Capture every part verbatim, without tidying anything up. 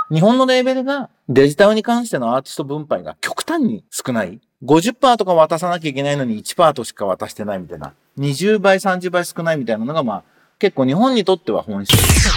日本のレーベルがデジタルに関してのアーティスト分配が極端に少ない。ごじゅっパーセント とか渡さなきゃいけないのに いちパーセント しか渡してないみたいな。にじゅうばい、さんじゅうばい少ないみたいなのがまあ結構日本にとっては本質。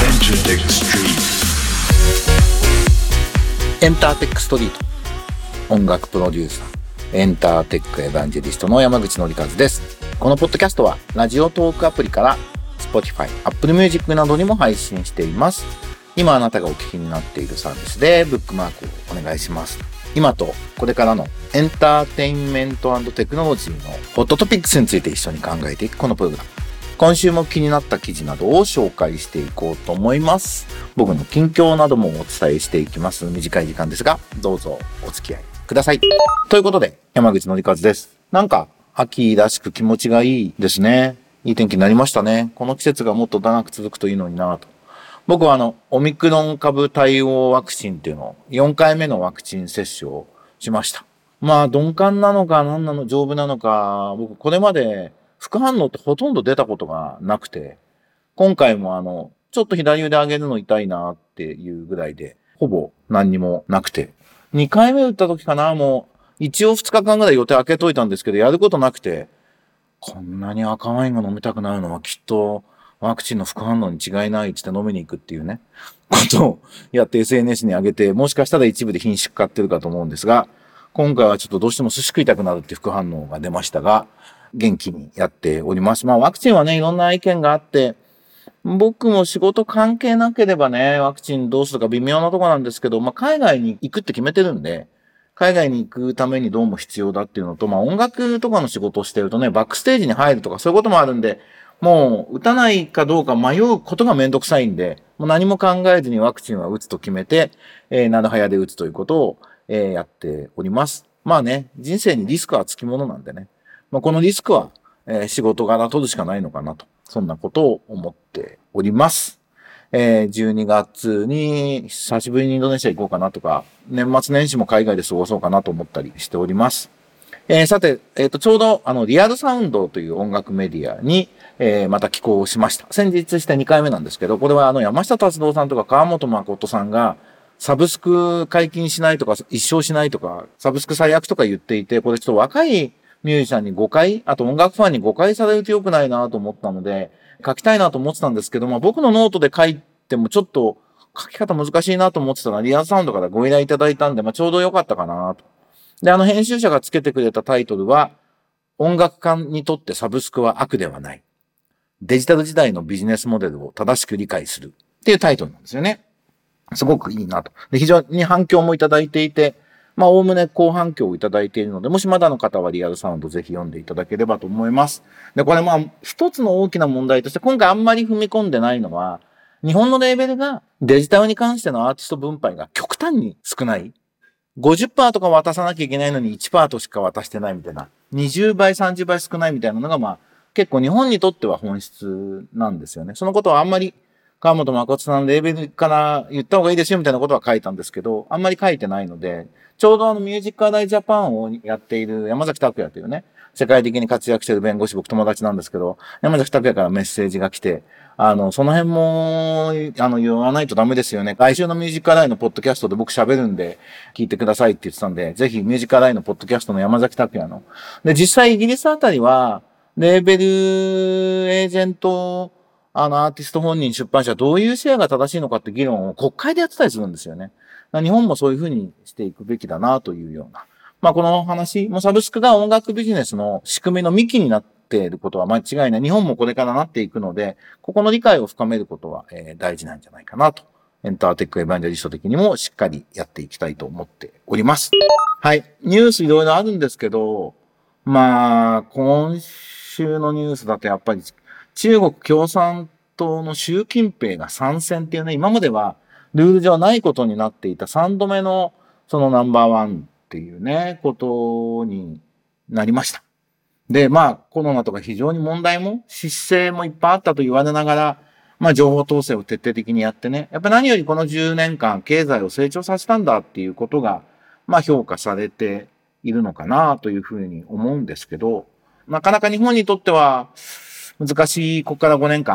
エンターテックストリート。音楽プロデューサー、エンターテックエヴァンジェリストの山口紀一です。このポッドキャストはラジオトークアプリから Spotify、Apple Music などにも配信しています。今あなたがお聞きになっているサービスでブックマークをお願いします。今とこれからのエンターテインメント&テクノロジーのホットトピックスについて一緒に考えていくこのプログラム。今週も気になった記事などを紹介していこうと思います。僕の近況などもお伝えしていきます。短い時間ですが、どうぞお付き合いください。ということで、山口紀一です。なんか秋らしく気持ちがいいですね。いい天気になりましたね。この季節がもっと長く続くといいのになと。僕はあの、オミクロン株対応ワクチンっていうのを、よんかいめのワクチン接種をしました。まあ、鈍感なのか何なの、丈夫なのか、僕これまで副反応ってほとんど出たことがなくて、今回もあの、ちょっと左腕上げるの痛いなっていうぐらいで、ほぼ何にもなくて、にかいめ打った時かな、もう、一応ふつかかんぐらい予定開けといたんですけど、やることなくて、こんなに赤ワインが飲みたくなるのはきっと、ワクチンの副反応に違いないって飲みに行くっていうね、ことをやって エスエヌエス に上げて、もしかしたら一部で品種買ってるかと思うんですが、今回はちょっとどうしても寿司食いたくなるっていう副反応が出ましたが、元気にやっております。まあワクチンはね、いろんな意見があって、僕も仕事関係なければね、ワクチンどうするか微妙なとこなんですけど、まあ海外に行くって決めてるんで、海外に行くためにどうも必要だっていうのと、まあ音楽とかの仕事をしてるとね、バックステージに入るとかそういうこともあるんで、もう打たないかどうか迷うことがめんどくさいんで、もう何も考えずにワクチンは打つと決めて、えー、なるはやで打つということを、えー、やっております。まあね、人生にリスクはつきものなんでね。まあ、このリスクは、えー、仕事柄取るしかないのかなと。そんなことを思っております。えー、じゅうにがつに久しぶりにインドネシア行こうかなとか、年末年始も海外で過ごそうかなと思ったりしております。えー、さて、えっと、ちょうど、あの、リアルサウンドという音楽メディアに、えー、また寄稿しました。先日してにかいめなんですけど、これはあの、山下達郎さんとか川本誠さんが、サブスク解禁しないとか、一生しないとか、サブスク最悪とか言っていて、これちょっと若いミュージシャンに誤解、あと音楽ファンに誤解されると良くないなと思ったので、書きたいなと思ってたんですけど、まあ僕のノートで書いてもちょっと書き方難しいなと思ってたら、リアルサウンドからご依頼いただいたんで、まあちょうど良かったかなと。で、あの編集者がつけてくれたタイトルは、音楽家にとってサブスクは悪ではない。デジタル時代のビジネスモデルを正しく理解するっていうタイトルなんですよね。すごくいいなと。で、非常に反響もいただいていて、まあ、おおむね高反響をいただいているので、もしまだの方はリアルサウンドぜひ読んでいただければと思います。で、これまあ、一つの大きな問題として、今回あんまり踏み込んでないのは、日本のレーベルがデジタルに関してのアーティスト分配が極端に少ない。ごじゅっパーセント とか渡さなきゃいけないのに いちパーセント しか渡してないみたいな。にじゅうばい、さんじゅうばい少ないみたいなのが、まあ、結構日本にとっては本質なんですよね。そのことはあんまり、川本誠さんのレーベルから言った方がいいですよみたいなことは書いたんですけど、あんまり書いてないので、ちょうどあのミュージックアダイジャパンをやっている山崎拓也というね、世界的に活躍している弁護士、僕友達なんですけど、山崎拓也からメッセージが来て、あの、その辺も、あの、言わないとダメですよね。来週のミュージックアダイのポッドキャストで僕喋るんで、聞いてくださいって言ってたんで、ぜひミュージックアダイのポッドキャストの山崎拓也の。で、実際イギリスあたりは、レーベルエージェント、あの、アーティスト本人、出版社、どういうシェアが正しいのかって議論を国会でやってたりするんですよね。日本もそういうふうにしていくべきだなというような。まあ、この話、もうサブスクが音楽ビジネスの仕組みの幹になっていることは間違いない。日本もこれからなっていくので、ここの理解を深めることは、えー、大事なんじゃないかなと。エンターテックエヴァンジェリスト的にもしっかりやっていきたいと思っております。はい。ニュースいろいろあるんですけど、まあ、今週のニュースだとやっぱり中国共産党の習近平が参戦っていうね、今まではルール上ないことになっていたさんどめのそのナンバーワンっていうね、ことになりました。で、まあコロナとか非常に問題も失勢もいっぱいあったと言われながら、まあ情報統制を徹底的にやってね、やっぱり何よりこのじゅうねんかん経済を成長させたんだっていうことが、まあ評価されているのかなというふうに思うんですけど、なかなか日本にとっては難しいここからごねんかん、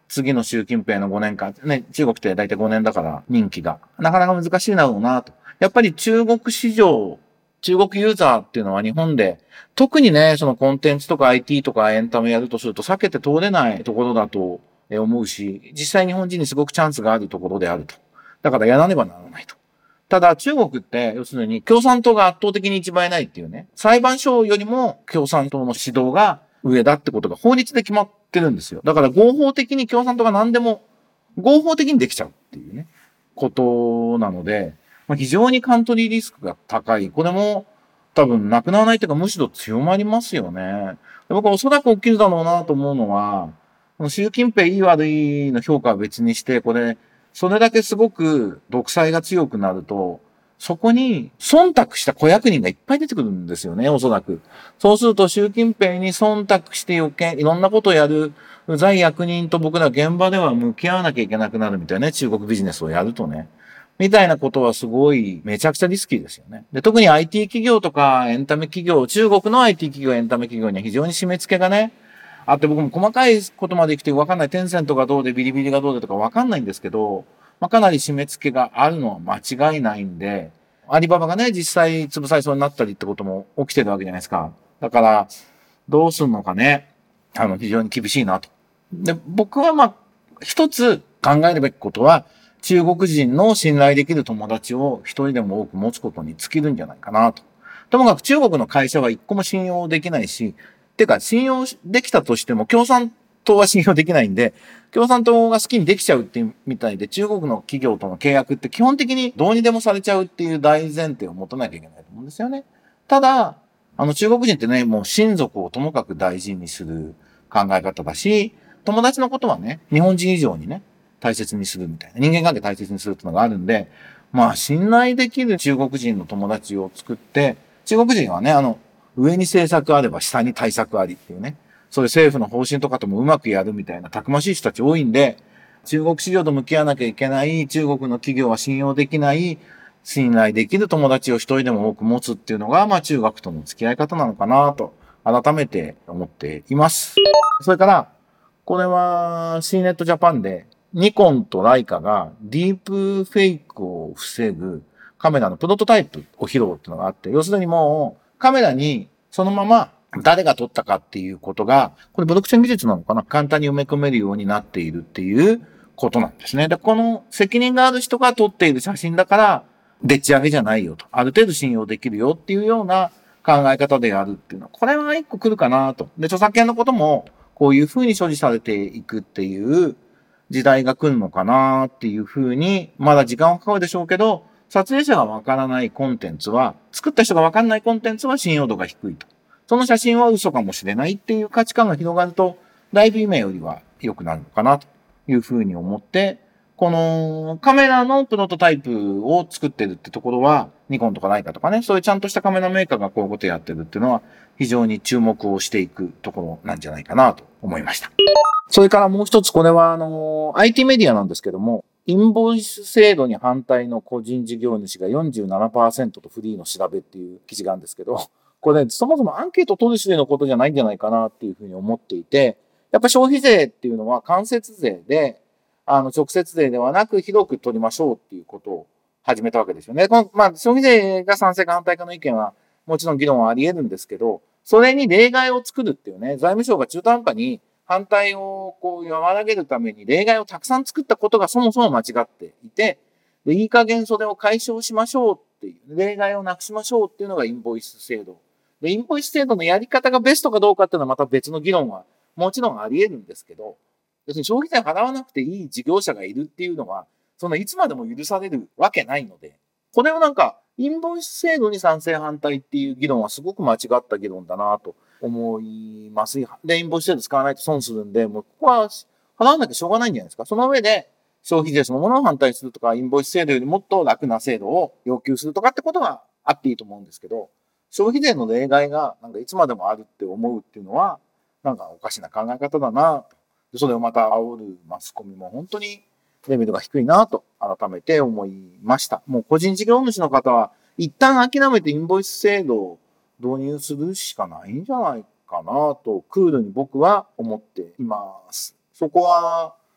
次の習近平のごねんかん、ね、中国って大体ごねんだから任期が。なかなか難しいだろうなと。やっぱり中国市場、中国ユーザーっていうのは日本で、特にね、そのコンテンツとか アイティー とかエンタメやるとすると避けて通れないところだと思うし、実際日本人にすごくチャンスがあるところであると。だからやらねばならないと。ただ中国って要するに共産党が圧倒的に一番偉いっていうね、裁判所よりも共産党の指導が上だってことが法律で決まってるんですよ。だから合法的に共産党が何でも合法的にできちゃうっていうね、ことなので、まあ、非常にカントリーリスクが高い。これも多分なくならないというかむしろ強まりますよね。で僕はおそらく起きるだろうなと思うのは、習近平いい悪いの評価は別にして、これ、それだけすごく独裁が強くなると、そこに忖度した小役人がいっぱい出てくるんですよね、おそらく。そうすると習近平に忖度して余計、いろんなことをやる、うざい役人と僕ら現場では向き合わなきゃいけなくなるみたいなね、中国ビジネスをやるとね。みたいなことはすごい、めちゃくちゃリスキーですよね。で、特に アイティー 企業とかエンタメ企業、中国の アイティー 企業、エンタメ企業には非常に締め付けがね、あって僕も細かいことまでいくと分かんない。テンセントがどうでビリビリがどうでとか分かんないんですけど、まあ、かなり締め付けがあるのは間違いないんで、アリババがね、実際潰されそうになったりってことも起きてるわけじゃないですか。だから、どうすんのかね、あの、非常に厳しいなと。で、僕はまあ、一つ考えるべきことは、中国人の信頼できる友達を一人でも多く持つことに尽きるんじゃないかなと。ともかく中国の会社は一個も信用できないし、てか信用できたとしても共産党は信用できないんで、共産党が好きにできちゃうっていうみたいで、中国の企業との契約って基本的にどうにでもされちゃうっていう大前提を持たなきゃいけないと思うんですよね。ただ、あの中国人ってね、もう親族をともかく大事にする考え方だし、友達のことはね、日本人以上にね、大切にするみたいな。人間関係大切にするっていうのがあるんで、まあ信頼できる中国人の友達を作って、中国人はね、あの、上に政策あれば下に対策ありっていうね、そういう政府の方針とかともうまくやるみたいなたくましい人たち多いんで、中国市場と向き合わなきゃいけない、中国の企業は信用できない、信頼できる友達を一人でも多く持つっていうのが、まあ中国との付き合い方なのかなと、改めて思っています。それから、これは シーネット ジャパンで、ニコンとライカがディープフェイクを防ぐカメラのプロトタイプを披露っていうのがあって、要するにもうカメラにそのまま誰が撮ったかっていうことが、これブロックチェーン技術なのかな、簡単に埋め込めるようになっているっていうことなんですね。で、この責任がある人が撮っている写真だから、でっち上げじゃないよと。ある程度信用できるよっていうような考え方でやるっていうのは、これは一個来るかなと。で、著作権のことも、こういう風に所持されていくっていう時代が来るのかなっていう風に、まだ時間はかかるでしょうけど、撮影者がわからないコンテンツは、作った人がわかんないコンテンツは信用度が低いと。その写真は嘘かもしれないっていう価値観が広がると、だいぶ今よりは良くなるのかなという風に思って、このカメラのプロトタイプを作ってるってところは、ニコンとかライカとかね、そういうちゃんとしたカメラメーカーがこういうことやってるっていうのは、非常に注目をしていくところなんじゃないかなと思いました。それからもう一つ、これはあの、アイティー メディアなんですけども、インボイス制度に反対の個人事業主が よんじゅうななパーセント とフリーの調べっていう記事があるんですけど、これ、ね、そもそもアンケート取る種のことじゃないんじゃないかなっていうふうに思っていて、やっぱ消費税っていうのは間接税で、あの、直接税ではなく広く取りましょうっていうことを始めたわけですよね。この、まあ、消費税が賛成か反対かの意見はもちろん議論はあり得るんですけど、それに例外を作るっていうね、財務省が中途半端に反対をこう和らげるために例外をたくさん作ったことがそもそも間違っていて、で、いい加減それを解消しましょうっていう、例外をなくしましょうっていうのがインボイス制度。で、インボイス制度のやり方がベストかどうかっていうのはまた別の議論はもちろんあり得るんですけど、要するに消費税を払わなくていい事業者がいるっていうのは、そのいつまでも許されるわけないので、これをなんか、インボイス制度に賛成反対っていう議論はすごく間違った議論だなと思います。で、インボイス制度使わないと損するんで、もうここは払わなきゃしょうがないんじゃないですか。その上で、消費税そのものを反対するとか、インボイス制度よりもっと楽な制度を要求するとかってことはあっていいと思うんですけど、消費税の例外がなんかいつまでもあるって思うっていうのは、なんかおかしな考え方だなと。それをまた煽るマスコミも本当にレベルが低いなと改めて思いました。もう個人事業主の方は一旦諦めてインボイス制度を導入するしかないんじゃないかなとクールに僕は思っています。そこは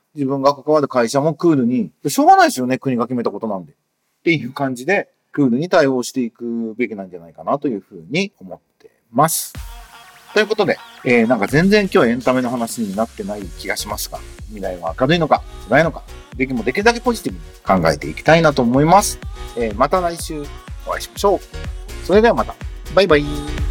自分が関わる会社もクールに、しょうがないですよね、国が決めたことなんで。っていう感じで、クールに対応していくべきなんじゃないかなというふうに思ってます。ということで、えー、なんか全然今日エンタメの話になってない気がしますが、未来は明るいのか、暗いのか、できもできるだけポジティブに考えていきたいなと思います。えー、また来週お会いしましょう。それではまた。バイバイ。